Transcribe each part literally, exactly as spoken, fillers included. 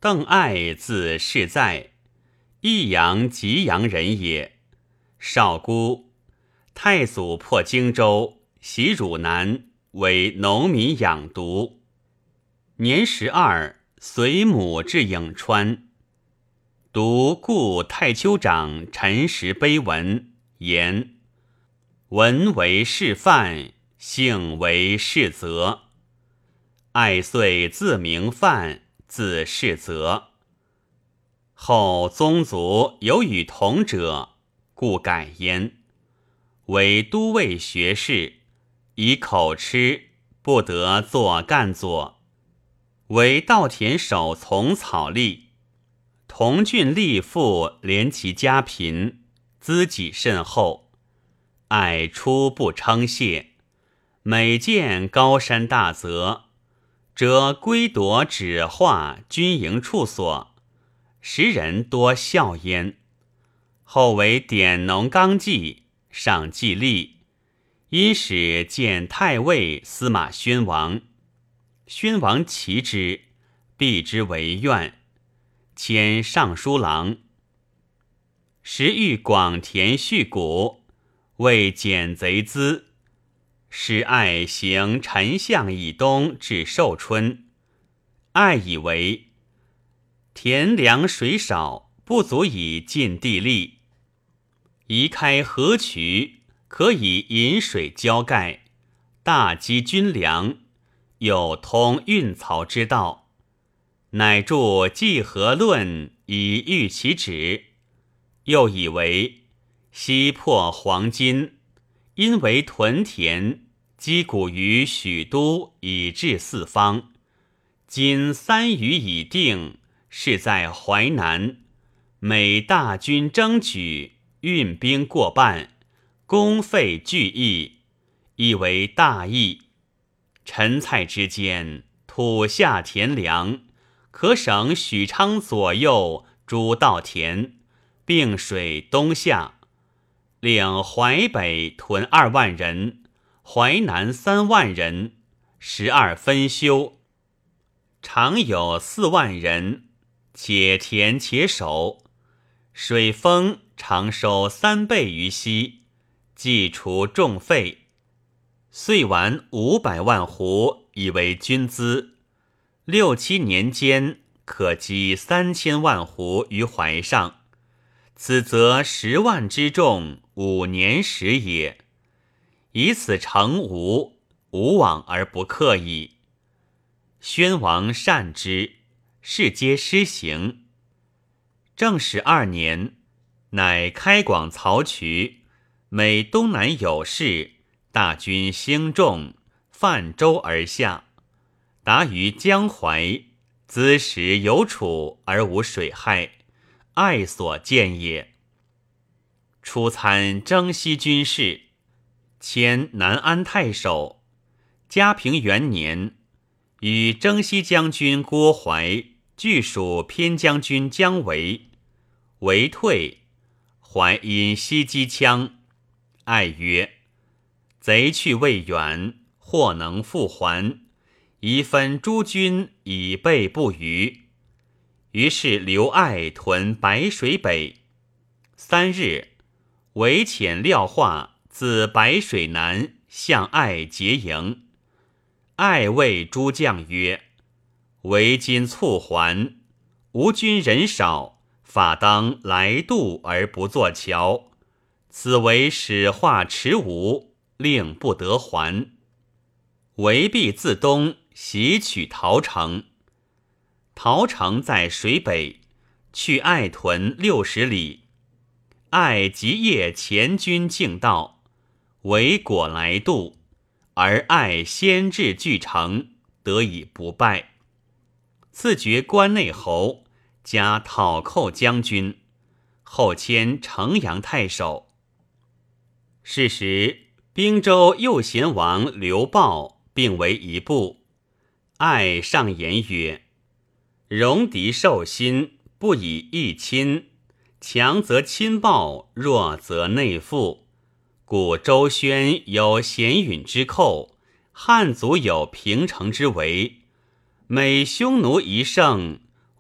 邓艾字世在，益阳吉阳人也。少姑，太祖破荆州，袭汝南，为农民养犊。年十二，随母至颍川。读故太丘长陈实碑文，言文为示范，性为示则。艾遂自名范，字世则。后宗族有与同者，故改焉。为都尉学士，以口吃，不得作干作。为稻田守从草吏。同郡吏妇怜其家贫，资己甚厚。艾初不称谢，每见高山大泽，则归夺纸画军营处所，时人多笑焉。后为典农纲纪，上记历，因使见太尉司马宣王。宣王齐之，避之为怨，迁尚书郎。时欲广田蓄谷，为减贼资，使艾行丞相以东至寿春。艾以为田粮水少，不足以尽地利，宜开河渠，可以引水浇盖，大积军粮，有通运漕之道。乃著《济河论》以喻其旨。又以为西破黄金，因为屯田，积谷于许都，以治四方。今三余已定，是在淮南。每大军征举，运兵过半，公费巨益，亦为大义。陈蔡之间，土下田粮，可省许昌左右诸稻田，并水东下，领淮北屯二万人，淮南三万人，十二分修，常有四万人，且田且守。水丰常收三倍于西，既除重费，遂完五百万斛，以为军资。六七年间，可积三千万斛于淮上。此则十万之众，五年时也。以此成吴，无往而不克矣。宣王善之，事皆施行。正始二年，乃开广漕渠，每东南有事，大军兴众，泛舟而下，达于江淮，资时有处而无水害，艾所见也。初参征西军事，迁南安太守。嘉平元年，与征西将军郭淮俱属偏将军姜维。维退，淮因西击羌。艾曰：贼去未远，或能复还，宜分诸军以备不虞。于是留艾屯白水北。三日，韦遣廖化自白水南向艾结营。艾谓诸将曰：为今促还，吴军人少，法当来渡而不作桥，此为使化迟吴，令不得还。韦必自东袭取陶城。陶城在水北，去艾屯六十里。艾即夜前军径道，韦果来渡，而艾先至据城，得以不败。赐爵关内侯，加讨寇将军，后迁城阳太守。是时，兵州右贤王刘豹并为一部。艾上言曰：戎狄受心，不以义亲，强则亲暴，弱则内附。故周宣有贤允之寇，汉族有平城之围。每匈奴一胜，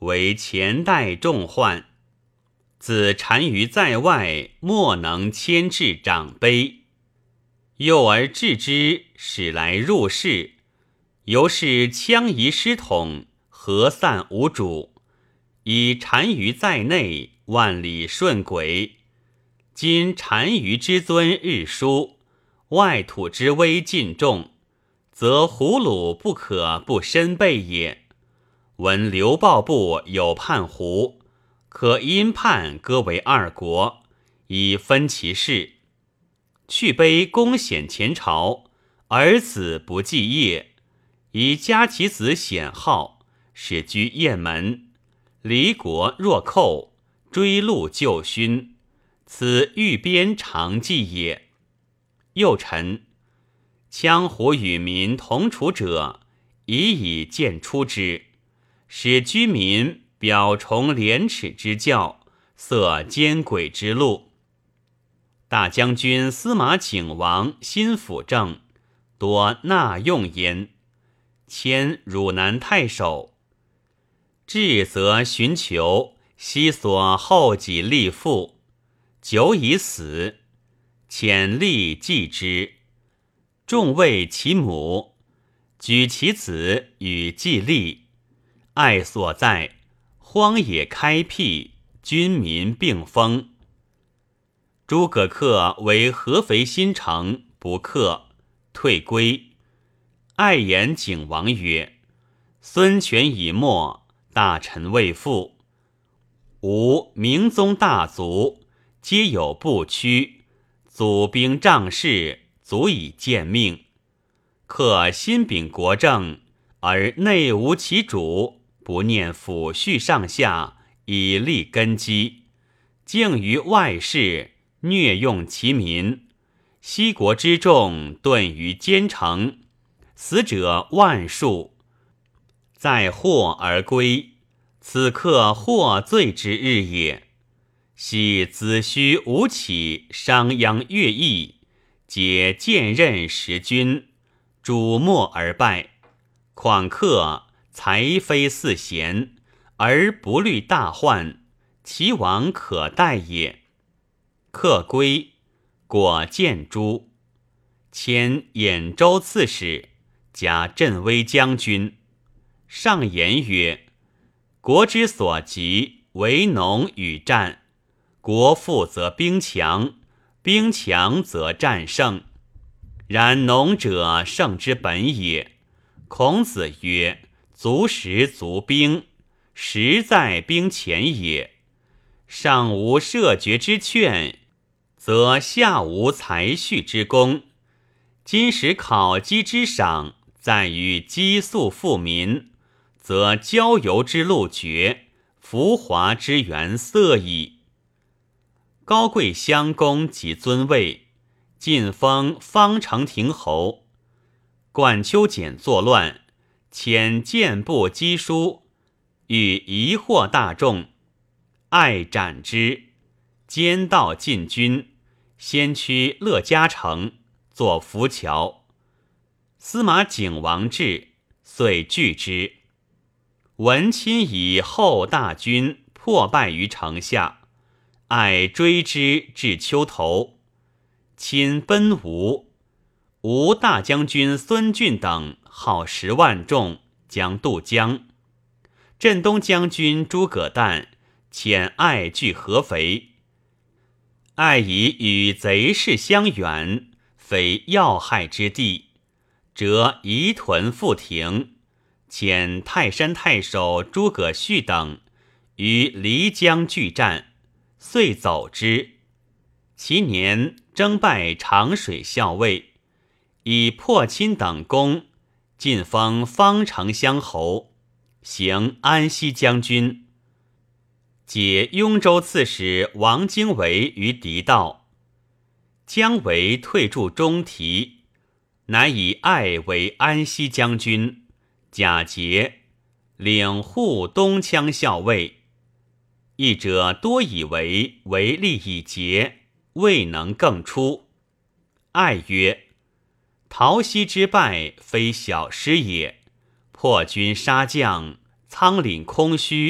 为前代重患。自单于在外，莫能牵制长卑。幼而治之，使来入室，由是羌夷失统，合散无主。以单于在内，万里顺轨。今单于之尊日疏，外土之威尽重，则胡虏不可不申备也。闻刘豹部有叛胡，可因叛割为二国，以分其势。去卑公显前朝，儿子不继业，以加其子显号，使居雁门。离国若寇，追戮就勋，此欲边常计也。又臣羌胡与民同处者，已以见出之，使居民表崇廉耻之教，塞奸诡之路。大将军司马景王新辅政，多纳用焉，迁汝南太守。至则寻求，悉所后己立父，久已死，遣吏祭之。众谓其母，举其子与祭吏，爱所在，荒野开辟，军民并丰。诸葛恪为合肥新城，不克，退归。爱言景王曰：孙权已没，大臣未复。吾明宗大族，皆有不屈，祖兵仗势，足以见命。克心秉国政，而内无其主，不念抚恤上下，以立根基，敬于外事，虐用其民。西国之众遁于奸城，死者万数，载祸而归，此刻获罪之日也。昔子虚吴起、商鞅乐毅，皆见任时君，主没而败。况克才非似贤，而不虑大患，其亡可待也。克归，果见诸，迁兖州刺史，加镇威将军。上言曰：国之所急，为农与战。国富则兵强，兵强则战胜。然农者胜之本也。孔子曰：足食足兵，实在兵前也。上无射决之劝，则下无才序之功。今时考绩之赏，在于积粟富民，则郊游之路绝，浮华之源塞矣。高贵襄公即尊位，晋封方城亭侯。冠丘简作乱，遣谏部击书，欲疑惑大众，爱斩之。奸盗进军，先驱乐嘉城，作浮桥。司马景王至，遂拒之。闻亲以后大军破败于城下，爱追之至丘头，亲奔吴。吴大将军孙峻等号十万众，将渡江。镇东将军诸葛诞遣爱据合肥。爱以与贼势相远，非要害之地，则移屯复庭，遣泰山太守诸葛绪等于漓江拒战，遂走之。其年征拜长水校尉，以破亲等功，晋封方城乡侯，行安西将军。解雍州刺史王经纬于狄道，姜维退驻中提，乃以爱为安西将军，贾节领护东羌校尉。译者多以为为利已竭，未能更出。爱曰：陶溪之败，非小失也。破军杀将，仓廪空虚，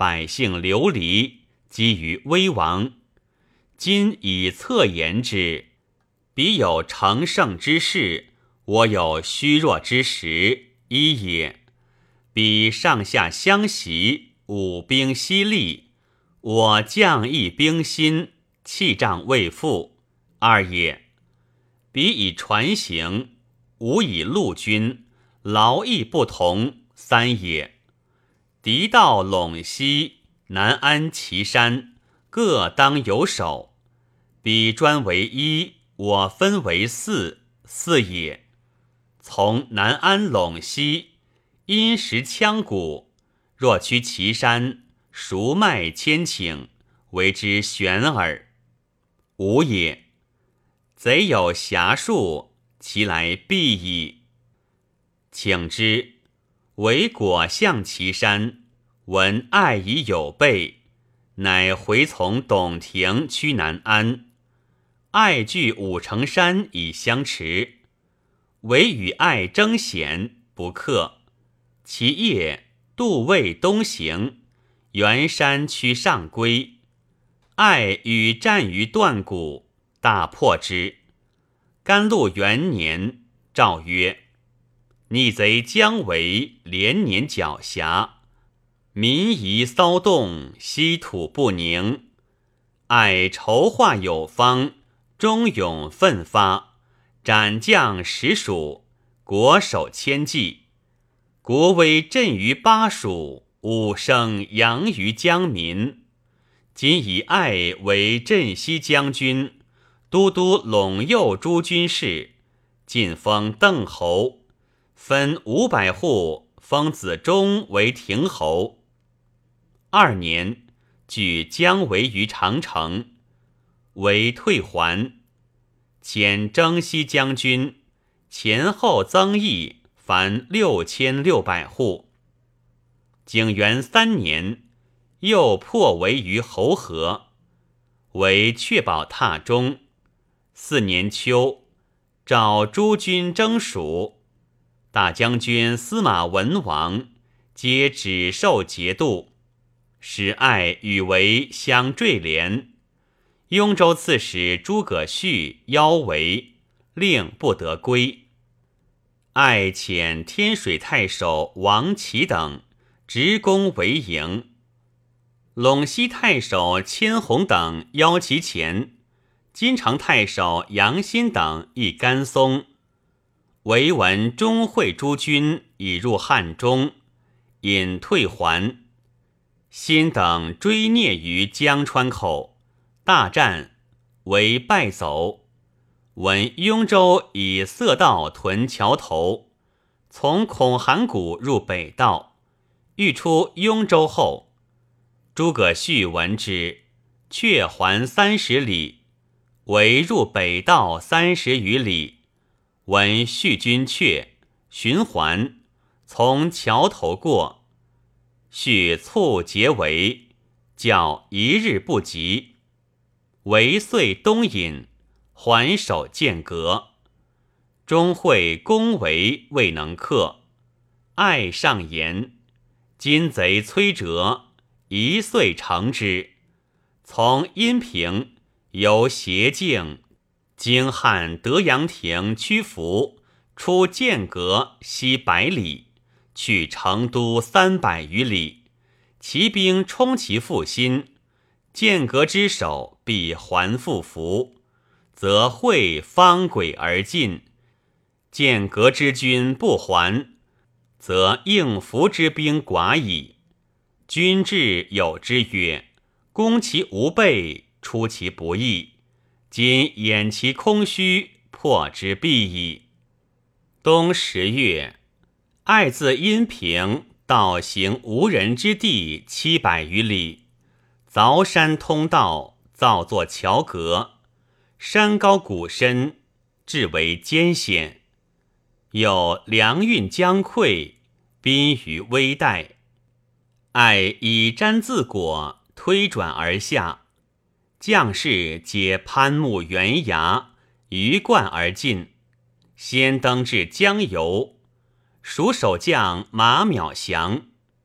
百姓流离，基于危亡。今以恻言之，彼有成胜之势，我有虚弱之时，一也。彼上下相袭，五兵犀利，我将亦兵心，气仗未复，二也。彼以船行，吾以陆军，劳逸不同，三也。敌到陇西，南安岐山，各当有守。彼专为一，我分为四，四也。从南安陇西，因食羌谷，若趋岐山，熟麦千顷，为之悬耳。五也。贼有侠术，其来必矣。请之，为果向岐山，闻爱已有备，乃回从董庭趋南安。爱据五城山以相持，唯与爱争险，不克。其夜渡渭东行，元山趋上归。爱与战于断谷，大破之。甘露元年，诏曰：逆贼将为连年狡黠，民夷骚动，稀土不宁。爱筹划有方，忠勇奋发，斩将十属，国守千骑。国威震于巴蜀，武声扬于江民。今以爱为镇西将军，都督陇右诸军事，晋封邓侯，分五百户，封子忠为亭侯。二年，举姜维于长城，为退还，遣征西将军，前后增邑，凡六千六百户。景元三年，又破围于侯河，为确保榻中。四年秋，召诸军征蜀，大将军司马文王皆只受节度，使爱与为相坠连。雍州刺史诸葛绪邀为，令不得归。爱遣天水太守王启等直攻为营。陇西太守千弘等邀其前，金城太守杨欣等亦甘松。唯闻钟会诸军已入汉中，引退还。欣等追蹑于江川口，大战，为败走。闻雍州以色道屯桥头，从孔函谷入北道，欲出雍州后，诸葛绪闻之，却还三十里，为入北道三十余里。闻绪军却，循环，从桥头过。绪促结围，较一日不及。围遂东引，还守剑阁。钟会攻围未能克，爱上言：今贼摧折，一遂成之。从阴平由斜径经汉德阳亭曲阜，出剑阁西百里，去成都三百余里。骑兵冲其腹心，剑阁之守必还复服，则会方轨而进。剑阁之军不还，则应服之兵寡矣。君至有之曰：攻其无备，出其不意。今掩其空虚，破之必矣。冬十月，爱自阴平道行无人之地七百余里，凿山通道，造作桥阁，山高谷深，至为艰险。有粮运将溃，濒于危殆。爱以毡自裹，推转而下，将士皆攀木悬崖，鱼贯而进。先登至江油，蜀守将马邈降。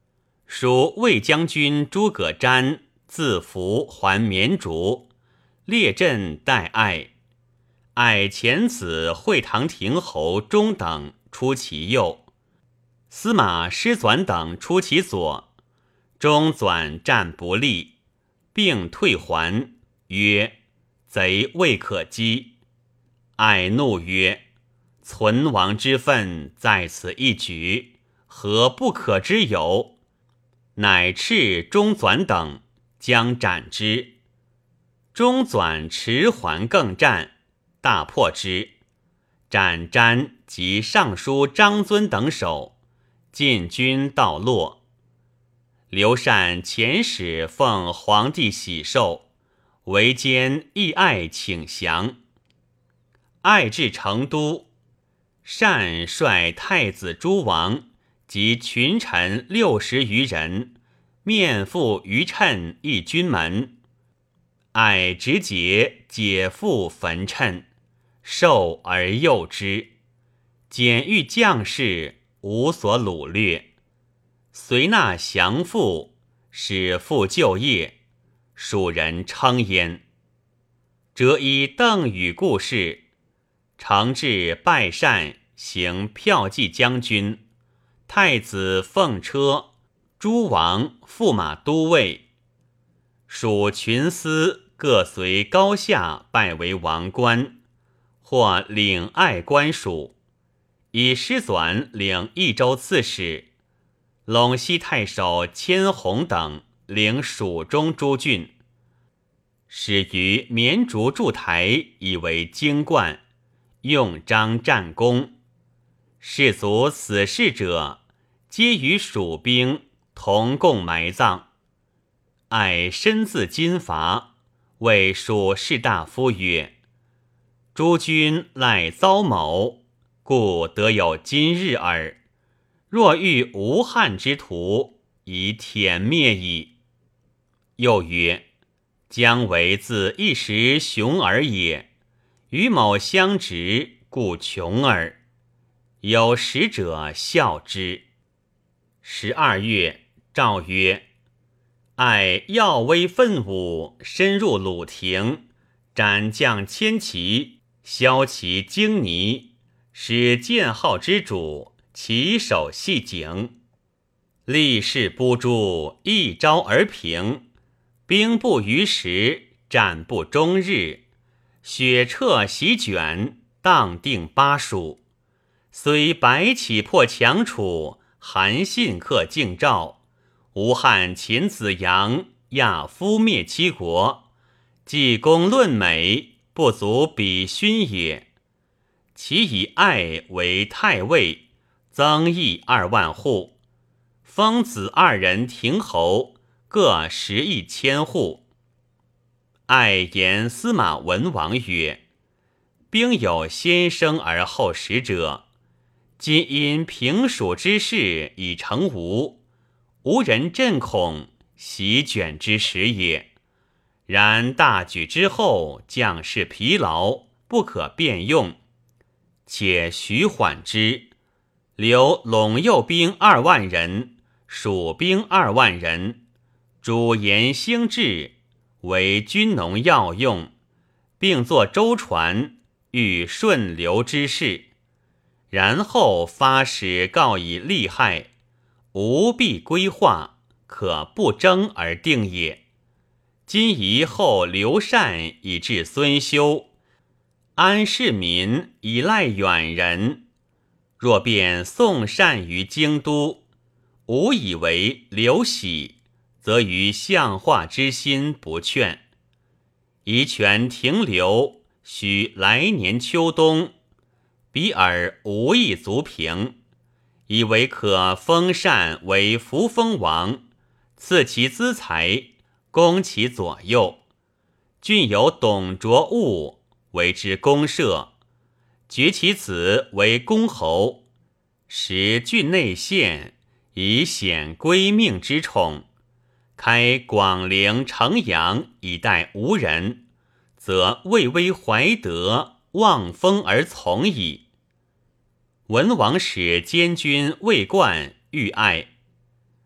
属魏将军诸葛瞻自服还绵竹，列阵待爱。爱前子会堂亭侯钟等出其右，司马师纂等出其左。钟纂战不利，并退还，曰：贼未可击。爱怒曰：存亡之分在此一举，何不可之有？乃斥钟纂等，将斩之。钟纂迟缓更战，大破之，斩瞻及尚书张遵等首，进军到洛。刘禅遣使奉皇帝喜寿，为监议爱请降。爱至成都，禅率太子诸王及群臣六十余人，面赴于谶一军门。爱直节解缚焚谶，受而诱之，检遇将士，无所掳掠，遂纳降附，使复就业，蜀人称焉。折依邓禹故事，承制拜善，行骠骑将军，太子奉车，诸王驸马都尉，蜀群司各随高下拜为王官，或领爱官属，以师纂领益州刺史，陇西太守千弘等领蜀中诸郡。始于绵竹筑台，以为京观，用章战功。士卒死士者，皆与蜀兵同共埋葬。爱身自金伐，谓蜀士大夫曰：诸君赖遭谋，故得有今日耳。若遇无汉之徒，以殄灭矣。又曰：姜维自一时雄耳也，与某相执，故穷耳。有识者笑之。十二月，诏曰：爱耀威奋武，深入鲁庭，斩将千骑，削其荆泥，使剑号之主起手系颈。力士不诛，一朝而平。兵不逾时，战不终日，雪彻席卷，荡定巴蜀。虽白起破强楚，韩信克晋赵，吴汉秦子阳，亚夫灭七国，济功论美，不足比勋也。其以爱为太尉，增邑二万户，封子二人亭侯，各十亿千户。爱言司马文王曰：兵有先生而后食者，今因平蜀之势已成吴，无人震恐，席卷之时也。然大举之后，将士疲劳，不可便用，且徐缓之，留陇右兵二万人，蜀兵二万人，主言兴治，为军农要用，并作舟船，欲顺流之势。然后发使告以利害，无必规划，可不争而定也。今宜后刘禅以至孙休，安市民以赖远人。若便宋禅于京都，吾以为刘喜，则于相化之心不劝。宜权停留，须来年秋冬，比尔无益足平，以为可封禅为扶风王，赐其资财，攻其左右。郡有董卓务，为之公社，爵其子为公侯，使郡内县，以显归命之宠。开广陵、城阳以待吴人，则魏威怀德，望风而从矣。文王使监军魏冠欲爱，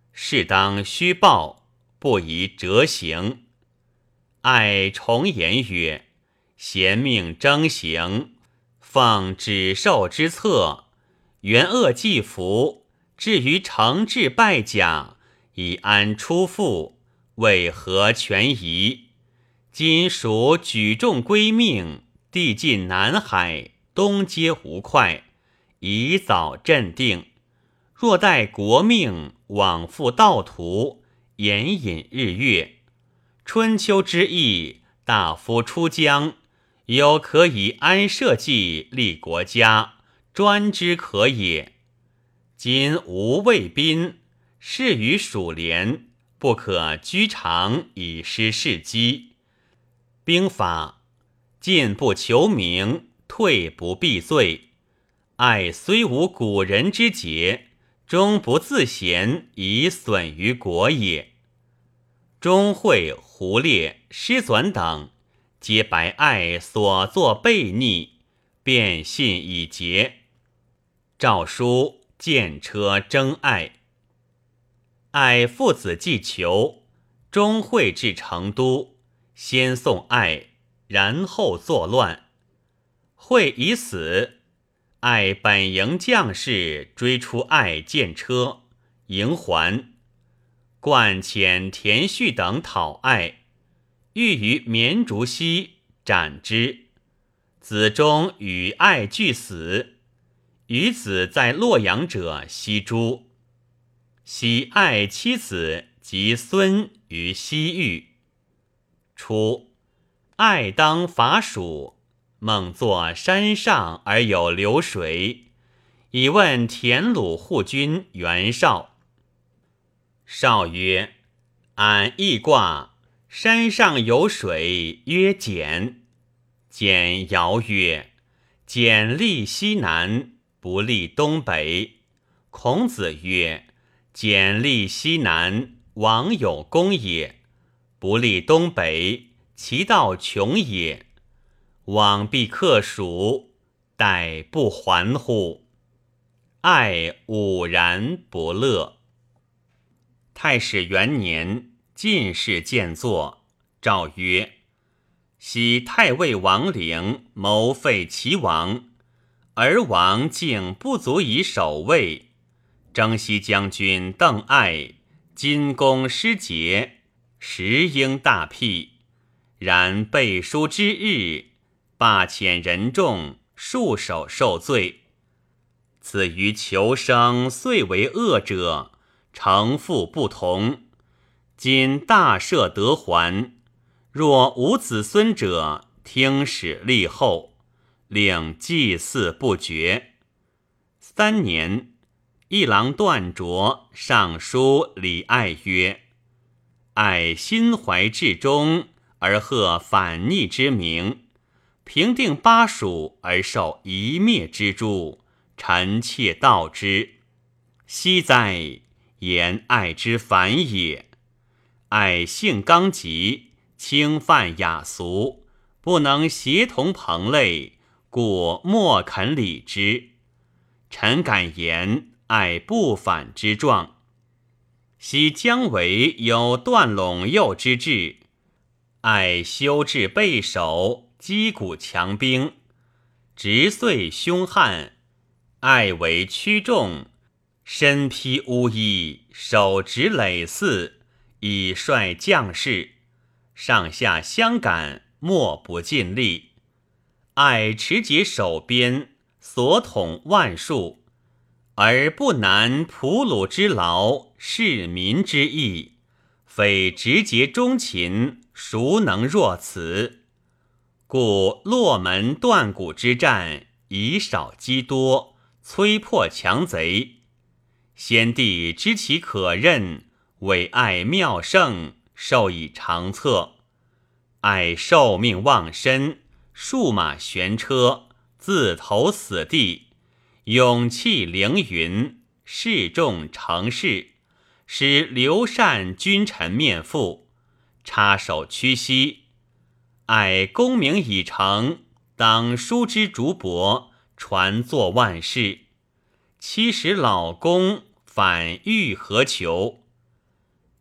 事当虚报，不宜折行。爱重言曰：贤命征行，奉指授之策，原恶既服，至于惩治败甲，以安出父，为何权宜？今属举重归命，地尽南海，东接吴会，宜早镇定。若待国命，往复道途，延引日月。春秋之役，大夫出疆，有可以安社稷，立国家，专之可也。今无魏宾，事于蜀连，不可居长以失事机。兵法：进不求名，退不避罪。爱虽无古人之节，终不自贤以损于国也。钟会、胡烈、师纂等皆白爱所作悖逆，便信以节。诏书见车征爱。爱父子既求，钟会至成都，先送爱，然后作乱。会已死，爱本营将士追出爱见车，迎还。冠遣田旭等讨爱，欲于绵竹溪斩之。子忠与爱俱死，余子在洛阳者西诛。喜爱妻子及孙于西域。初，爱当伐蜀，梦作山上而有流水，以问田鲁护军袁绍。绍曰：俺亦卦山上有水，曰简。简爻曰：简利西南，不利东北。孔子曰：简利西南，王有功也；不利东北，其道穷也。往必克蜀，待不还乎？爱吾然不乐。太史元年，进士见作，诏曰：昔太尉王陵谋废齐王，而王竟不足以守卫。征西将军邓艾今公失节，实应大辟。然背书之日，罢遣人众，束手受罪。此于求生遂为恶者，成父不同。今大赦得还，若无子孙者，听使立后，令祭祀不绝。三年，一郎段卓上书李爱曰：爱心怀至忠，而贺反逆之名，平定巴蜀而受一灭之诛，臣妾悼之。惜哉，言爱之反也。爱性刚急，轻犯雅俗，不能协同朋类，故莫肯理之。臣敢言爱不反之状。昔姜维有断陇右之志，爱修治备守，击鼓强兵，直遂凶悍。爱为屈众，身披乌衣，手执垒驷，以率将士，上下相感，莫不尽力。爱持节守边，所统万数，而不难仆虏之劳，市民之义，非直节忠勤，孰能若此？故洛门断谷之战，以少击多，摧破强贼。先帝知其可任，委爱妙胜，授以长策。爱受命忘身，数马悬车，自投死地，勇气凌云，示众成事，使刘禅君臣面父，插手屈膝。爱功名已成，当书之竹帛，传作万世。七十老公反欲何求？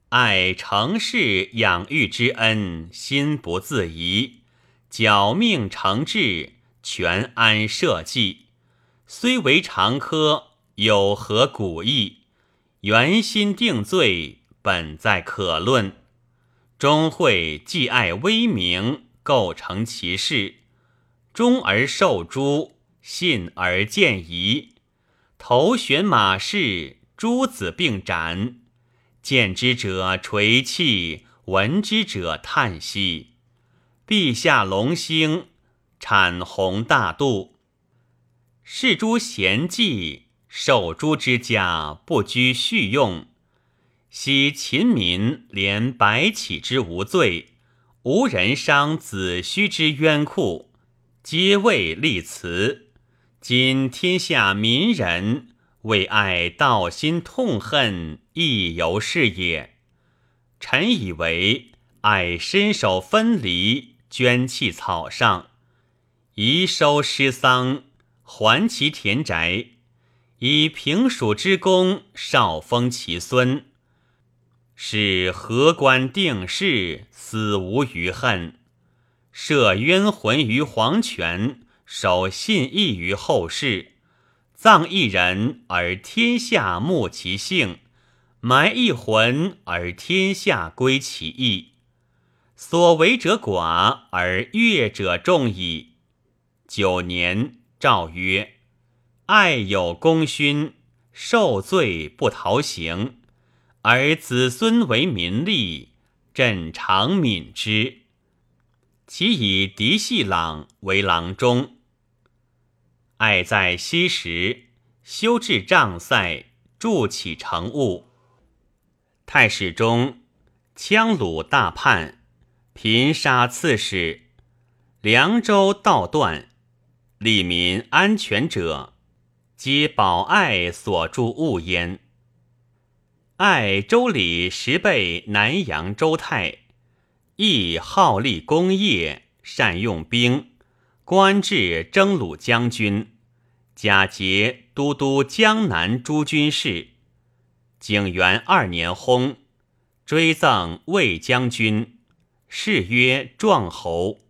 爱成事养育之恩，心不自疑，矫命成志，全安社稷。虽为常科，有何古意？原心定罪，本在可论。终会既爱威名，构成其事，忠而受诛，信而见疑。头悬马氏，诸子并斩。见之者垂泣，闻之者叹息。陛下龙兴，产宏大度。是诸贤迹，受诸之家，不拘续用。昔秦民连白起之无罪，无人伤子虚之冤酷，皆为立辞。今天下民人，为爱道心痛恨，亦犹是也。臣以为爱伸手分离，捐弃草上，移收失丧，还其田宅，以平蜀之功，少封其孙，使河官定事，死无余恨。赦冤魂于黄泉，守信义于后世。葬一人而天下慕其姓，埋一魂而天下归其义。所为者寡，而悦者众矣。九年，诏曰：爱有功勋，受罪不逃刑，而子孙为民利，朕常悯之。其以嫡系郎为郎中。爱在西时，修治障塞，筑起成务。太史中羌虏大叛，频杀刺史，凉州道断，利民安全者，皆保爱所筑物焉。爱周礼十倍南阳周泰，亦好立功业，善用兵，官至征虏将军，假节都督江南诸军事。景元二年薨，追赠卫将军，谥曰壮侯。